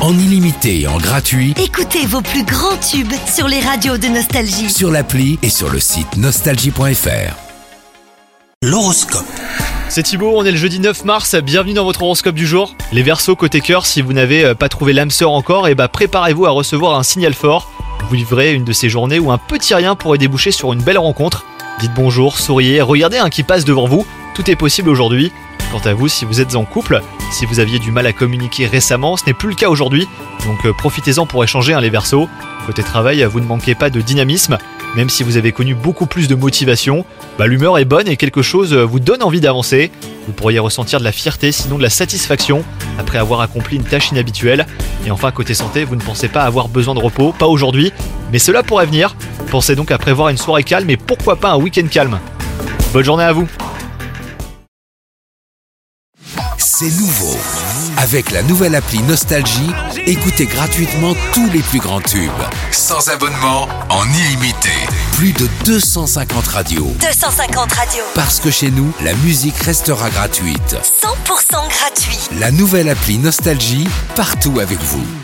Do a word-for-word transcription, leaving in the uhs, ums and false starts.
en illimité et en gratuit Écoutez vos plus grands tubes sur les radios de Nostalgie. sur l'appli et sur le site nostalgie point f r. L'horoscope. C'est Thibaut, on est le jeudi neuf mars, bienvenue dans votre horoscope du jour. Les Verseaux côté cœur, si vous n'avez pas trouvé l'âme sœur encore, et bah préparez-vous à recevoir un signal fort. Vous vivrez une de ces journées où un petit rien pourrait déboucher sur une belle rencontre. Dites bonjour, souriez, regardez un qui passe devant vous, tout est possible aujourd'hui. Quant à vous, si vous êtes en couple, si vous aviez du mal à communiquer récemment, ce n'est plus le cas aujourd'hui, donc euh, profitez-en pour échanger hein, les Verseaux. Côté travail, vous ne manquez pas de dynamisme, même si vous avez connu beaucoup plus de motivation, bah, l'humeur est bonne et quelque chose vous donne envie d'avancer. Vous pourriez ressentir de la fierté, sinon de la satisfaction, après avoir accompli une tâche inhabituelle. Et enfin, côté santé, vous ne pensez pas avoir besoin de repos, pas aujourd'hui, mais cela pourrait venir. Pensez donc à prévoir une soirée calme et pourquoi pas un week-end calme. Bonne journée à vous. C'est nouveau. Avec la nouvelle appli Nostalgie, écoutez gratuitement tous les plus grands tubes. Sans abonnement, en illimité. Plus de deux cent cinquante radios. deux cent cinquante radios. Parce que chez nous, la musique restera gratuite. cent pour cent gratuit. La nouvelle appli Nostalgie, partout avec vous.